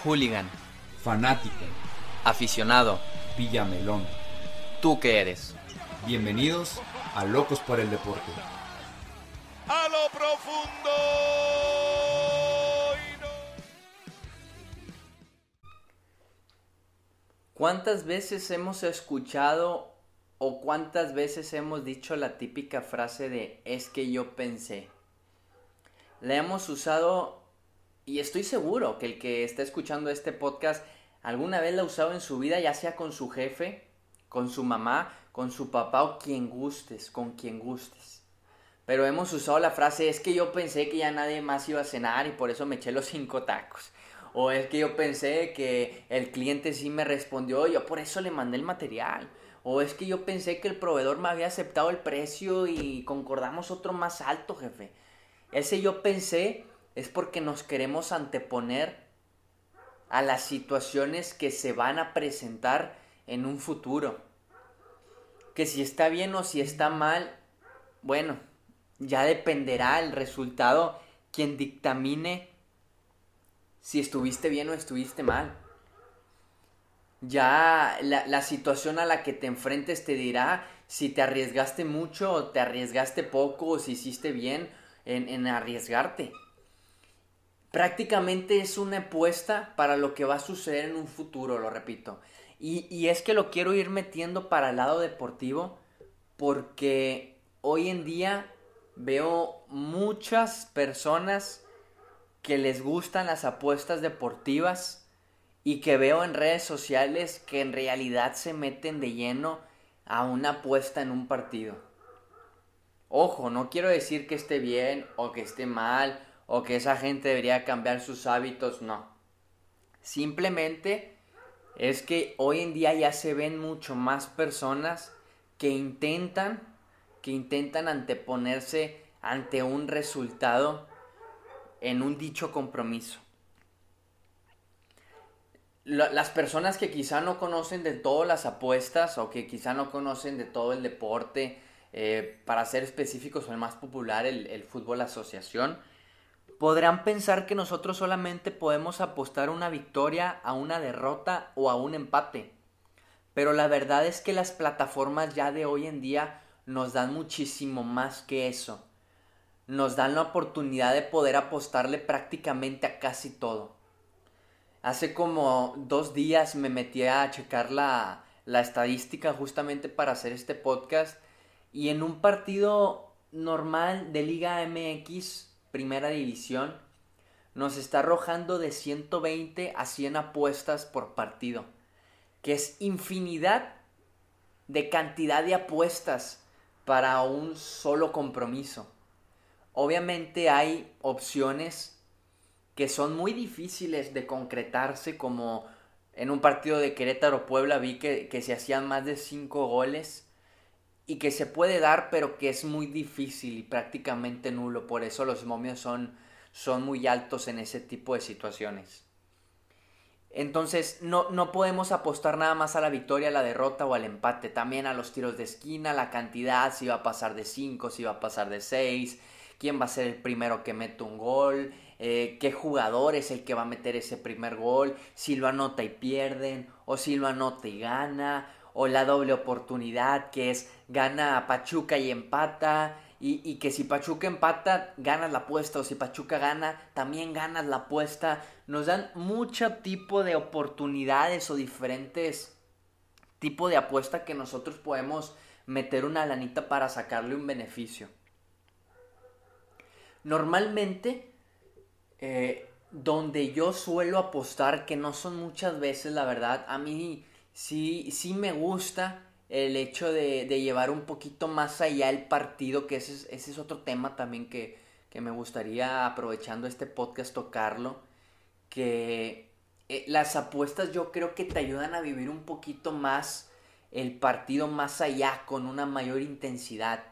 Hooligan, fanático, aficionado, Villamelón. ¿tú qué eres? Bienvenidos a Locos por el Deporte. A lo profundo. ¿Cuántas veces hemos escuchado o cuántas veces hemos dicho la típica frase de es que yo pensé? La hemos usado y estoy seguro que el que está escuchando este podcast alguna vez la ha usado en su vida, ya sea con su jefe, con su mamá, con su papá o quien gustes, con quien gustes. Pero hemos usado la frase es que yo pensé que ya nadie más iba a cenar y por eso me eché los 5 tacos. O es que yo pensé que el cliente sí me respondió, yo por eso le mandé el material. O es que yo pensé que el proveedor me había aceptado el precio y concordamos otro más alto, jefe. Ese yo pensé es porque nos queremos anteponer a las situaciones que se van a presentar en un futuro. Que si está bien o si está mal, bueno, ya dependerá el resultado quien dictamine si estuviste bien o estuviste mal. Ya la situación a la que te enfrentes te dirá si te arriesgaste mucho o te arriesgaste poco o si hiciste bien en arriesgarte. Prácticamente es una apuesta para lo que va a suceder en un futuro, lo repito. Y es que lo quiero ir metiendo para el lado deportivo porque hoy en día veo muchas personas que les gustan las apuestas deportivas y que veo en redes sociales que en realidad se meten de lleno a una apuesta en un partido. Ojo, no quiero decir que esté bien o que esté mal o que esa gente debería cambiar sus hábitos, no. Simplemente es que hoy en día ya se ven mucho más personas que intentan anteponerse ante un resultado en un dicho compromiso. Las personas que quizá no conocen de todo las apuestas o que quizá no conocen de todo el deporte, para ser específicos o el más popular, el fútbol asociación, podrán pensar que nosotros solamente podemos apostar una victoria, a una derrota o a un empate. Pero la verdad es que las plataformas ya de hoy en día nos dan muchísimo más que eso. Nos dan la oportunidad de poder apostarle prácticamente a casi todo. Hace como 2 días me metí a checar la estadística justamente para hacer este podcast y en un partido normal de Liga MX, Primera División, nos está arrojando de 120 a 100 apuestas por partido, que es infinidad de cantidad de apuestas para un solo compromiso. Obviamente hay opciones que son muy difíciles de concretarse, como en un partido de Querétaro-Puebla vi que se hacían más de 5 goles y que se puede dar, pero que es muy difícil y prácticamente nulo. Por eso los momios son muy altos en ese tipo de situaciones. Entonces no podemos apostar nada más a la victoria, a la derrota o al empate. También a los tiros de esquina, la cantidad, si va a pasar de 5, si va a pasar de 6, quién va a ser el primero que mete un gol, qué jugador es el que va a meter ese primer gol, si lo anota y pierden, o si lo anota y gana, o la doble oportunidad que es gana a Pachuca y empata, y que si Pachuca empata ganas la apuesta, o si Pachuca gana también ganas la apuesta. Nos dan mucho tipo de oportunidades o diferentes tipos de apuesta que nosotros podemos meter una lanita para sacarle un beneficio. Normalmente, donde yo suelo apostar, que no son muchas veces, la verdad, a mí sí me gusta el hecho de llevar un poquito más allá el partido, que ese es otro tema también que me gustaría, aprovechando este podcast, tocarlo, que las apuestas yo creo que te ayudan a vivir un poquito más el partido más allá, con una mayor intensidad.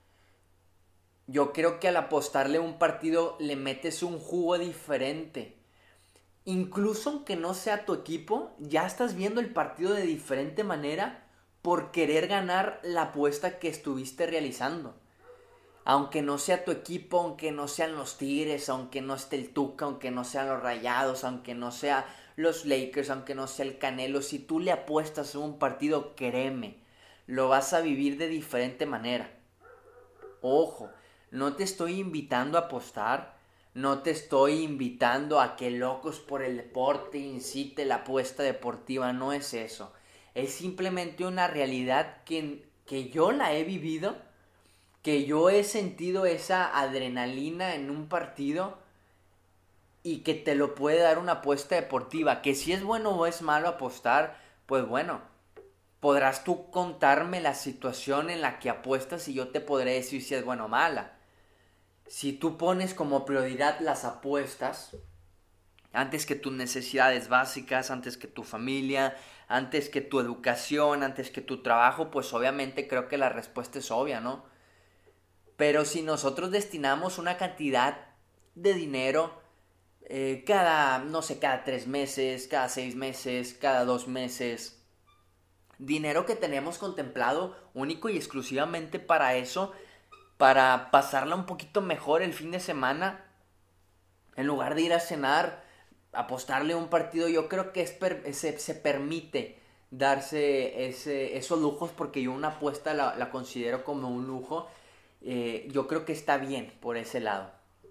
Yo creo que al apostarle un partido le metes un jugo diferente. Incluso aunque no sea tu equipo, ya estás viendo el partido de diferente manera por querer ganar la apuesta que estuviste realizando. aunque no sea tu equipo, aunque no sean los Tigres, aunque no esté el Tuca, aunque no sean los Rayados, aunque no sea los Lakers, aunque no sea el Canelo, si tú le apuestas a un partido, créeme, lo vas a vivir de diferente manera. Ojo, no te estoy invitando a apostar, no te estoy invitando a que Locos por el Deporte incite la apuesta deportiva, no es eso. Es simplemente una realidad que yo la he vivido, que yo he sentido esa adrenalina en un partido y que te lo puede dar una apuesta deportiva. Que si es bueno o es malo apostar, pues bueno, podrás tú contarme la situación en la que apuestas y yo te podré decir si es buena o mala. Si tú pones como prioridad las apuestas, antes que tus necesidades básicas, antes que tu familia, antes que tu educación, antes que tu trabajo, pues obviamente creo que la respuesta es obvia, ¿no? Pero si nosotros destinamos una cantidad de dinero cada, no sé, cada 3 meses, cada 6 meses, cada 2 meses, dinero que tenemos contemplado único y exclusivamente para eso, para pasarla un poquito mejor el fin de semana, en lugar de ir a cenar, apostarle un partido, yo creo que se permite darse esos lujos, porque yo una apuesta la considero como un lujo. Yo creo que está bien por ese lado.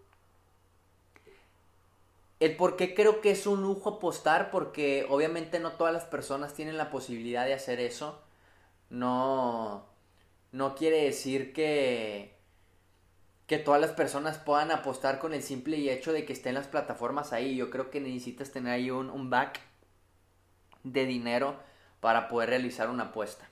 El por qué creo que es un lujo apostar, porque obviamente no todas las personas tienen la posibilidad de hacer eso. No, no quiere decir que todas las personas puedan apostar con el simple hecho de que estén las plataformas ahí. Yo creo que necesitas tener ahí un back de dinero para poder realizar una apuesta.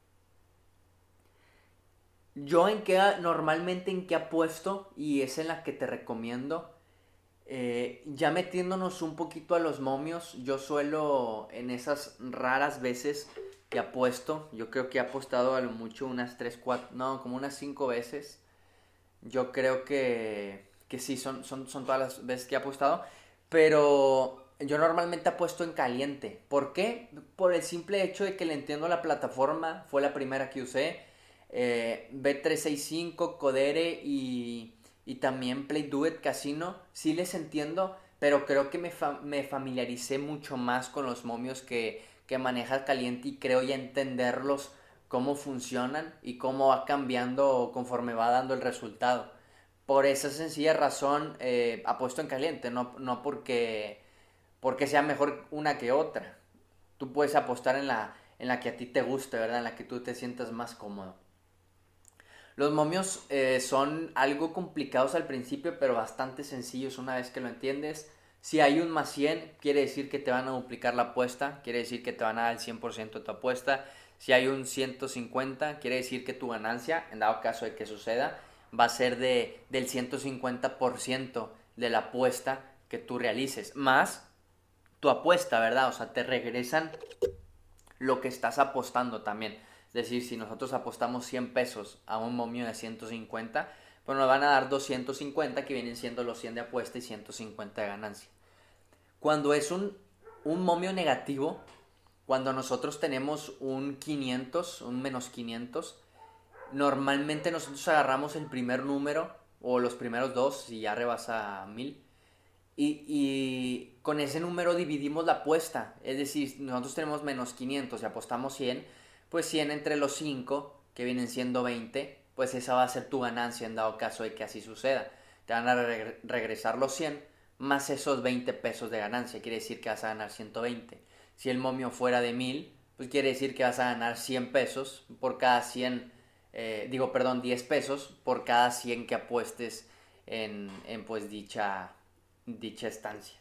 Yo normalmente en qué apuesto, y es en la que te recomiendo, ya metiéndonos un poquito a los momios, yo suelo en esas raras veces que apuesto, yo creo que he apostado a lo mucho unas 3, 4, no, como unas 5 veces. Yo creo que sí, son todas las veces que he apostado, pero yo normalmente apuesto en caliente. ¿Por qué? Por el simple hecho de que le entiendo la plataforma, fue la primera que usé. Bet365, Codere y también Play Do It Casino, sí les entiendo, pero creo que me familiaricé mucho más con los momios que maneja caliente, y creo ya entenderlos, cómo funcionan y cómo va cambiando conforme va dando el resultado. Por esa sencilla razón apuesto en caliente, no porque sea mejor una que otra. Tú puedes apostar en la que a ti te guste, ¿verdad? En la que tú te sientas más cómodo. Los momios son algo complicados al principio, pero bastante sencillos una vez que lo entiendes. Si hay un más 100, quiere decir que te van a duplicar la apuesta, quiere decir que te van a dar el 100% de tu apuesta. Si hay un 150, quiere decir que tu ganancia, en dado caso de que suceda, va a ser del 150% de la apuesta que tú realices, más tu apuesta, ¿verdad? O sea, te regresan lo que estás apostando también. Es decir, si nosotros apostamos 100 pesos a un momio de 150, pues nos van a dar 250, que vienen siendo los 100 de apuesta y 150 de ganancia. Cuando es un momio negativo, cuando nosotros tenemos un 500, un menos 500, normalmente nosotros agarramos el primer número o los primeros dos, si ya rebasa 1000, y con ese número dividimos la apuesta. Es decir, nosotros tenemos menos 500 y apostamos 100, pues 100 entre los 5, que vienen siendo 20, pues esa va a ser tu ganancia en dado caso de que así suceda. Te van a regresar los 100 más esos 20 pesos de ganancia, quiere decir que vas a ganar 120. Si el momio fuera de 1000, pues quiere decir que vas a ganar 100 pesos por cada 100, 10 pesos por cada 100 que apuestes en pues dicha estancia.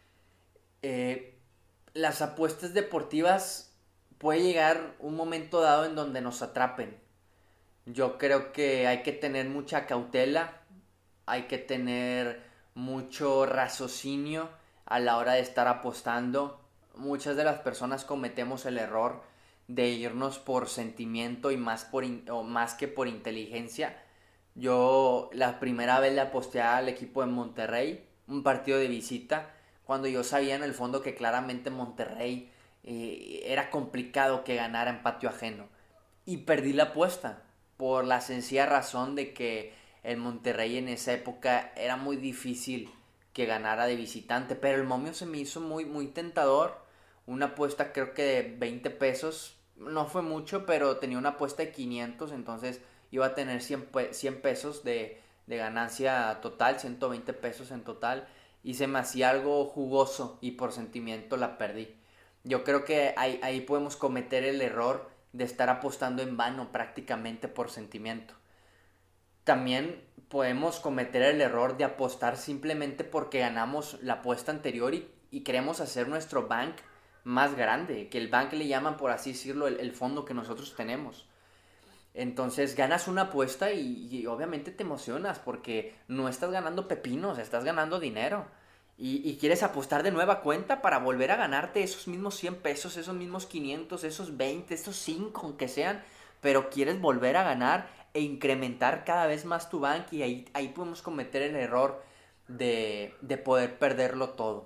Las apuestas deportivas puede llegar un momento dado en donde nos atrapen. Yo creo que hay que tener mucha cautela, hay que tener mucho raciocinio a la hora de estar apostando. Muchas de las personas cometemos el error de irnos por sentimiento y más que por inteligencia. Yo la primera vez le aposté al equipo de Monterrey, un partido de visita, cuando yo sabía en el fondo que claramente Monterrey era complicado que ganara en patio ajeno. Y perdí la apuesta por la sencilla razón de que el Monterrey en esa época era muy difícil que ganara de visitante, pero el momio se me hizo muy, muy tentador. Una apuesta creo que de 20 pesos, no fue mucho, pero tenía una apuesta de 500, entonces iba a tener 100 pesos de ganancia total, 120 pesos en total, y se me hacía algo jugoso y por sentimiento la perdí. Yo creo que ahí podemos cometer el error de estar apostando en vano prácticamente por sentimiento. También podemos cometer el error de apostar simplemente porque ganamos la apuesta anterior y queremos hacer nuestro bank más grande, que el bank le llaman, por así decirlo, el fondo que nosotros tenemos. Entonces ganas una apuesta y obviamente te emocionas porque no estás ganando pepinos, estás ganando dinero. Y quieres apostar de nueva cuenta para volver a ganarte esos mismos 100 pesos, esos mismos 500, esos 20, esos 5, aunque sean. Pero quieres volver a ganar e incrementar cada vez más tu bank y ahí podemos cometer el error de poder perderlo todo.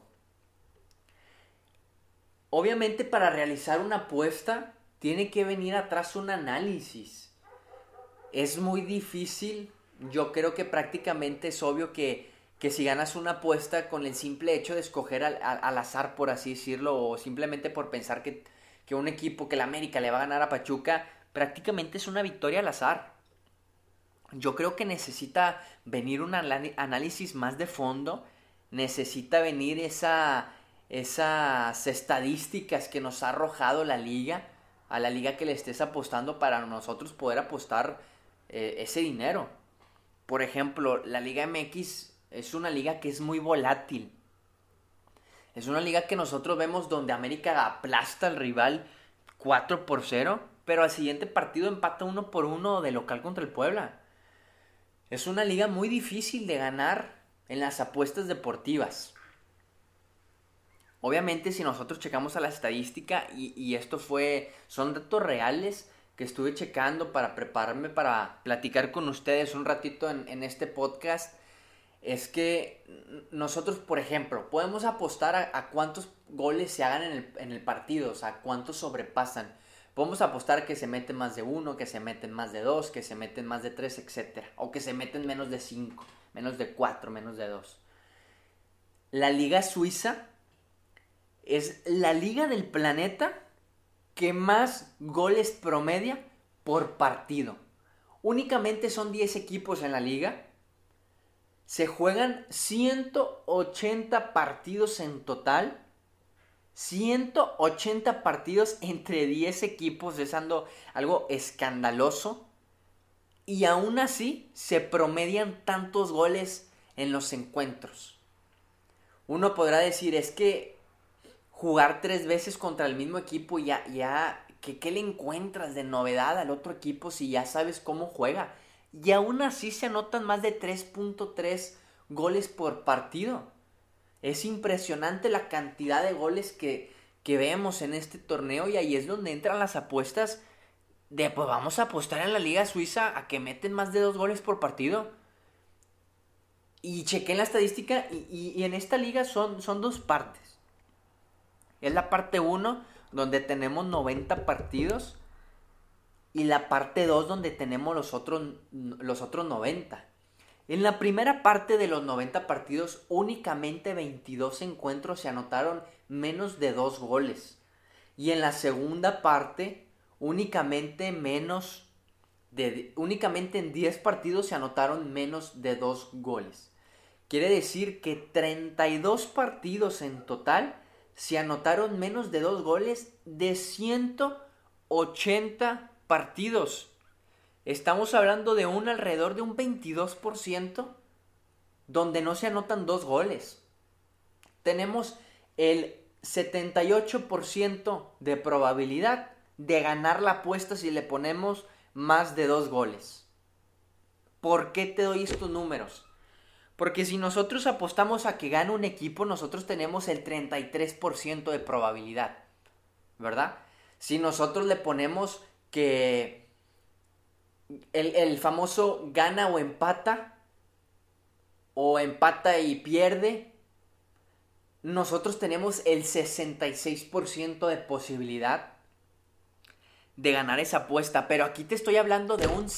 Obviamente para realizar una apuesta tiene que venir atrás un análisis. Es muy difícil, yo creo que prácticamente es obvio que si ganas una apuesta con el simple hecho de escoger al azar, por así decirlo, o simplemente por pensar que un equipo, que el América le va a ganar a Pachuca, prácticamente es una victoria al azar. Yo creo que necesita venir un análisis más de fondo, necesita venir esas estadísticas que nos ha arrojado la liga, a la liga que le estés apostando para nosotros poder apostar ese dinero. Por ejemplo, la Liga MX es una liga que es muy volátil. Es una liga que nosotros vemos donde América aplasta al rival 4-0, pero al siguiente partido empata 1-1 de local contra el Puebla. Es una liga muy difícil de ganar en las apuestas deportivas. Obviamente si nosotros checamos a la estadística y esto son datos reales que estuve checando para prepararme para platicar con ustedes un ratito en este podcast, es que nosotros, por ejemplo, podemos apostar a cuántos goles se hagan en el partido, o sea, cuántos sobrepasan. Podemos apostar que se meten más de 1, que se meten más de 2, que se meten más de 3, etc. O que se meten menos de 5, menos de 4, menos de 2. La Liga Suiza es la liga del planeta que más goles promedia por partido. Únicamente son 10 equipos en la liga. Se juegan 180 partidos en total. 180 partidos entre 10 equipos, es algo escandaloso. Y aún así se promedian tantos goles en los encuentros. Uno podrá decir, es que jugar 3 veces contra el mismo equipo ¿qué le encuentras de novedad al otro equipo si ya sabes cómo juega? Y aún así se anotan más de 3.3 goles por partido. Es impresionante la cantidad de goles que vemos en este torneo y ahí es donde entran las apuestas de pues vamos a apostar en la Liga Suiza a que meten más de 2 goles por partido. Y chequé en la estadística y en esta liga son 2 partes. Es la parte 1 donde tenemos 90 partidos y la parte 2 donde tenemos los otros 90. En la primera parte de los 90 partidos únicamente 22 encuentros se anotaron menos de 2 goles. Y en la segunda parte únicamente en 10 partidos se anotaron menos de 2 goles. Quiere decir que 32 partidos en total se anotaron menos de 2 goles de 180 partidos. Estamos hablando de alrededor de un 22% donde no se anotan 2 goles. Tenemos el 78% de probabilidad de ganar la apuesta si le ponemos más de 2 goles. ¿Por qué te doy estos números? Porque si nosotros apostamos a que gane un equipo, nosotros tenemos el 33% de probabilidad, ¿verdad? Si nosotros le ponemos que el famoso gana o empata y pierde, nosotros tenemos el 66% de posibilidad. de ganar esa apuesta, pero aquí te estoy hablando de un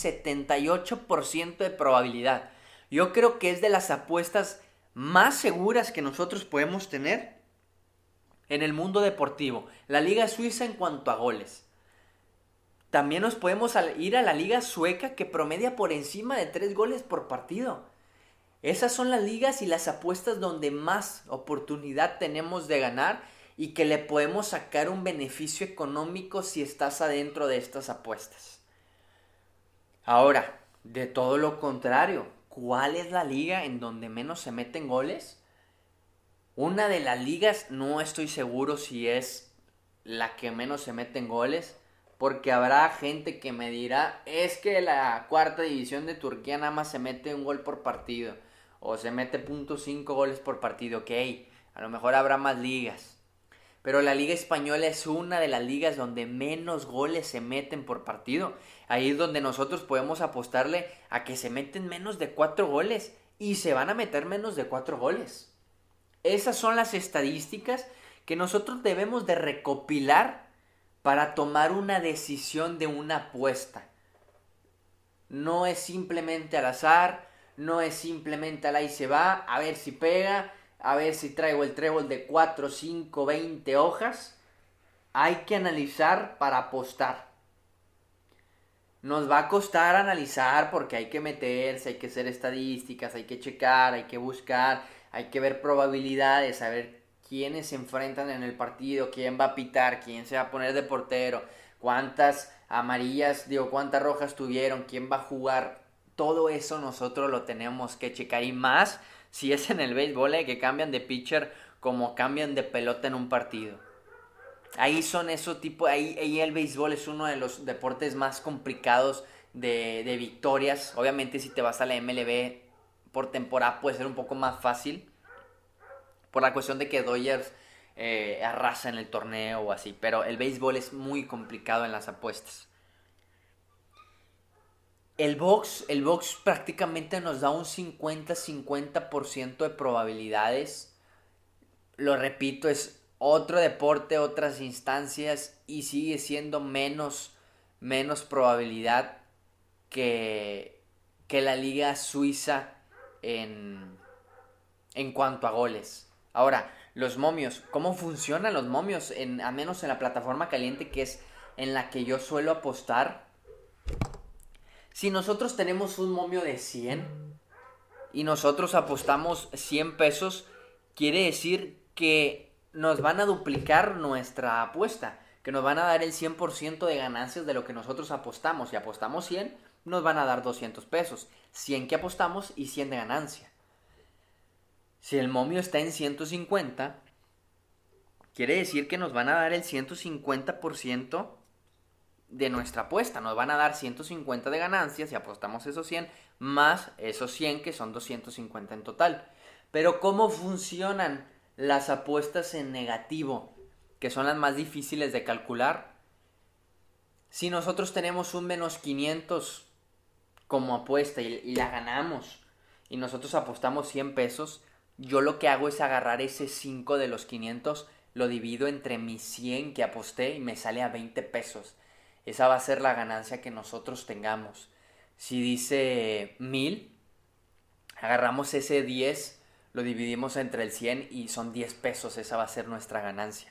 78% de probabilidad. Yo creo que es de las apuestas más seguras que nosotros podemos tener en el mundo deportivo. La Liga Suiza en cuanto a goles. También nos podemos ir a la Liga Sueca, que promedia por encima de 3 goles por partido. Esas son las ligas y las apuestas donde más oportunidad tenemos de ganar y que le podemos sacar un beneficio económico si estás adentro de estas apuestas. Ahora, de todo lo contrario, ¿cuál es la liga en donde menos se meten goles? Una de las ligas, no estoy seguro si es la que menos se meten goles, porque habrá gente que me dirá, es que la cuarta división de Turquía nada más se mete un gol por partido, o se mete .5 goles por partido. Ok, a lo mejor habrá más ligas, pero la Liga Española es una de las ligas donde menos goles se meten por partido. Ahí es donde nosotros podemos apostarle a que se meten menos de 4 goles y se van a meter menos de 4 goles. Esas son las estadísticas que nosotros debemos de recopilar para tomar una decisión de una apuesta. No es simplemente al azar, no es simplemente al ahí se va, a ver si pega, a ver si traigo el trébol de 4, 5, 20 hojas. Hay que analizar para apostar. Nos va a costar analizar porque hay que meterse, hay que hacer estadísticas, hay que checar, hay que buscar, hay que ver probabilidades, saber quiénes se enfrentan en el partido, quién va a pitar, quién se va a poner de portero, cuántas amarillas, cuántas rojas tuvieron, quién va a jugar. Todo eso nosotros lo tenemos que checar, y más si es en el béisbol, que cambian de pitcher como cambian de pelota en un partido. Ahí son esos tipos, ahí el béisbol es uno de los deportes más complicados de victorias. Obviamente si te vas a la MLB por temporada puede ser un poco más fácil, por la cuestión de que Dodgers arrasa en el torneo o así, pero el béisbol es muy complicado en las apuestas. El box prácticamente nos da un 50-50% de probabilidades. Lo repito, es otro deporte, otras instancias, y sigue siendo menos probabilidad que la Liga Suiza en cuanto a goles. Ahora, los momios. ¿Cómo funcionan los momios? A menos en la plataforma caliente, que es en la que yo suelo apostar. Si nosotros tenemos un momio de 100 y nosotros apostamos 100 pesos, quiere decir que nos van a duplicar nuestra apuesta, que nos van a dar el 100% de ganancias de lo que nosotros apostamos. Si apostamos 100, nos van a dar 200 pesos. 100 que apostamos y 100 de ganancia. Si el momio está en 150, quiere decir que nos van a dar el 150% de nuestra apuesta. Nos van a dar 150 de ganancias si apostamos esos 100, más esos 100 que son 250 en total. Pero ¿cómo funcionan las apuestas en negativo, que son las más difíciles de calcular? Si nosotros tenemos un menos 500 como apuesta y la ganamos, y nosotros apostamos 100 pesos, yo lo que hago es agarrar ese 5 de los 500, lo divido entre mis 100 que aposté y me sale a 20 pesos. Esa va a ser la ganancia que nosotros tengamos. Si dice 1000, agarramos ese 10, lo dividimos entre el 100 y son 10 pesos. Esa va a ser nuestra ganancia.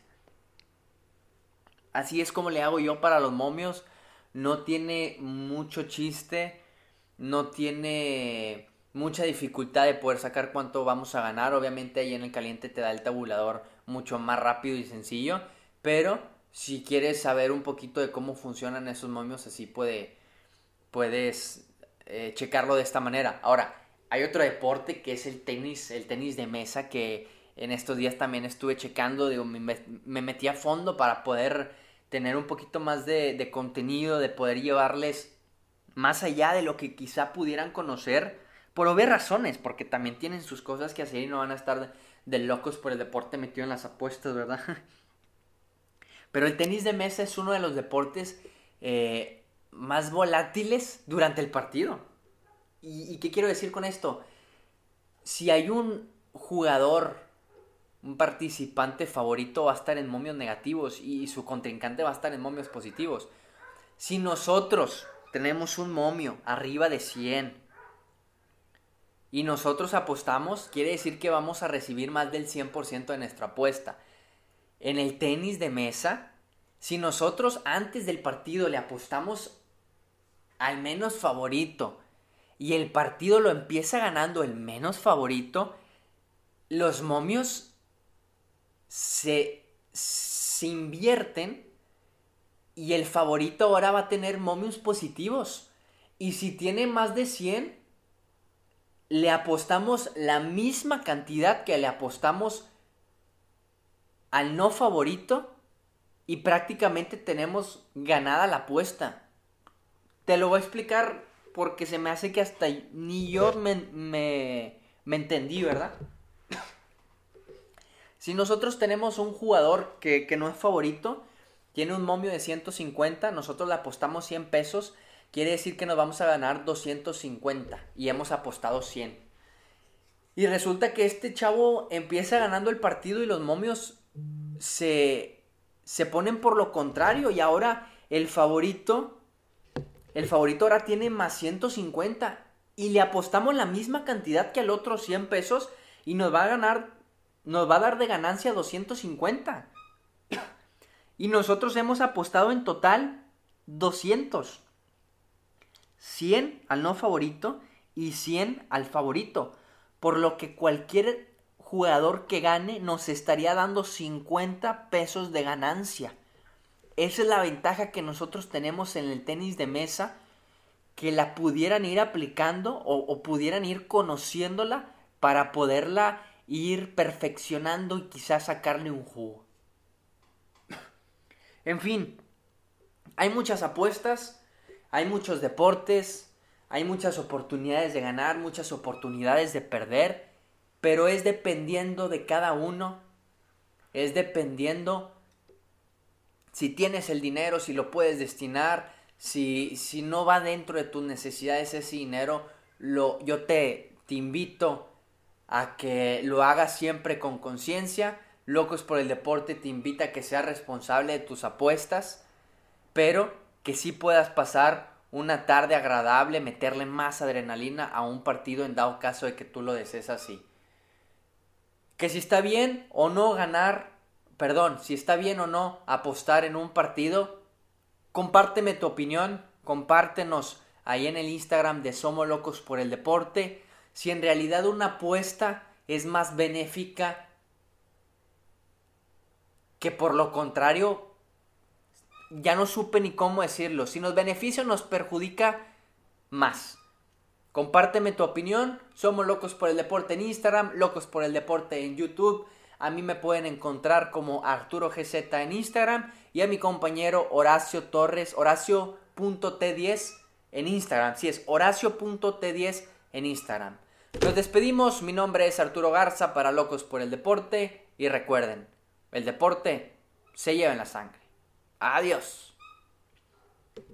Así es como le hago yo para los momios. No tiene mucho chiste, no tiene mucha dificultad de poder sacar cuánto vamos a ganar. Obviamente ahí en el caliente te da el tabulador mucho más rápido y sencillo, pero si quieres saber un poquito de cómo funcionan esos momios, así puedes checarlo de esta manera. Ahora, hay otro deporte que es el tenis de mesa, que en estos días también estuve checando. Me metí a fondo para poder tener un poquito más de contenido, de poder llevarles más allá de lo que quizá pudieran conocer, por obvias razones, porque también tienen sus cosas que hacer y no van a estar de locos por el deporte metido en las apuestas, ¿verdad? Pero el tenis de mesa es uno de los deportes más volátiles durante el partido. ¿Y qué quiero decir con esto? Si hay un jugador, un participante favorito, va a estar en momios negativos y su contrincante va a estar en momios positivos. Si nosotros tenemos un momio arriba de 100 y nosotros apostamos, quiere decir que vamos a recibir más del 100% de nuestra apuesta. En el tenis de mesa, si nosotros antes del partido le apostamos al menos favorito y el partido lo empieza ganando el menos favorito, los momios se invierten y el favorito ahora va a tener momios positivos. Y si tiene más de 100, le apostamos la misma cantidad que le apostamos al no favorito y prácticamente tenemos ganada la apuesta. Te lo voy a explicar porque se me hace que hasta ni yo me entendí, ¿verdad? Si nosotros tenemos un jugador que no es favorito, tiene un momio de 150, nosotros le apostamos 100 pesos, quiere decir que nos vamos a ganar 250 y hemos apostado 100. Y resulta que este chavo empieza ganando el partido y los momios se ponen por lo contrario y ahora el favorito ahora tiene más 150 y le apostamos la misma cantidad que al otro 100 pesos y nos va a dar de ganancia 250. Y nosotros hemos apostado en total 200. 100 al no favorito y 100 al favorito. Por lo que cualquier jugador que gane nos estaría dando 50 pesos de ganancia. Esa es la ventaja que nosotros tenemos en el tenis de mesa, que la pudieran ir aplicando o pudieran ir conociéndola para poderla ir perfeccionando y quizás sacarle un jugo. En fin, hay muchas apuestas, hay muchos deportes, hay muchas oportunidades de ganar, muchas oportunidades de perder, pero es dependiendo de cada uno, es dependiendo si tienes el dinero, si lo puedes destinar, si no va dentro de tus necesidades ese dinero, yo te invito a que lo hagas siempre con conciencia. Locos por el Deporte te invita a que seas responsable de tus apuestas, pero que sí puedas pasar una tarde agradable, meterle más adrenalina a un partido en dado caso de que tú lo desees así. Que si está bien o no si está bien o no apostar en un partido, compárteme tu opinión, compártenos ahí en el Instagram de Somos Locos por el Deporte, si en realidad una apuesta es más benéfica que por lo contrario, ya no supe ni cómo decirlo, si nos beneficia o nos perjudica más. Compárteme tu opinión. Somos Locos por el Deporte en Instagram, Locos por el Deporte en YouTube. A mí me pueden encontrar como Arturo GZ en Instagram y a mi compañero Horacio Torres, Horacio.t10 en Instagram. Sí, es Horacio.t10 en Instagram. Nos despedimos. Mi nombre es Arturo Garza para Locos por el Deporte y recuerden, el deporte se lleva en la sangre. Adiós.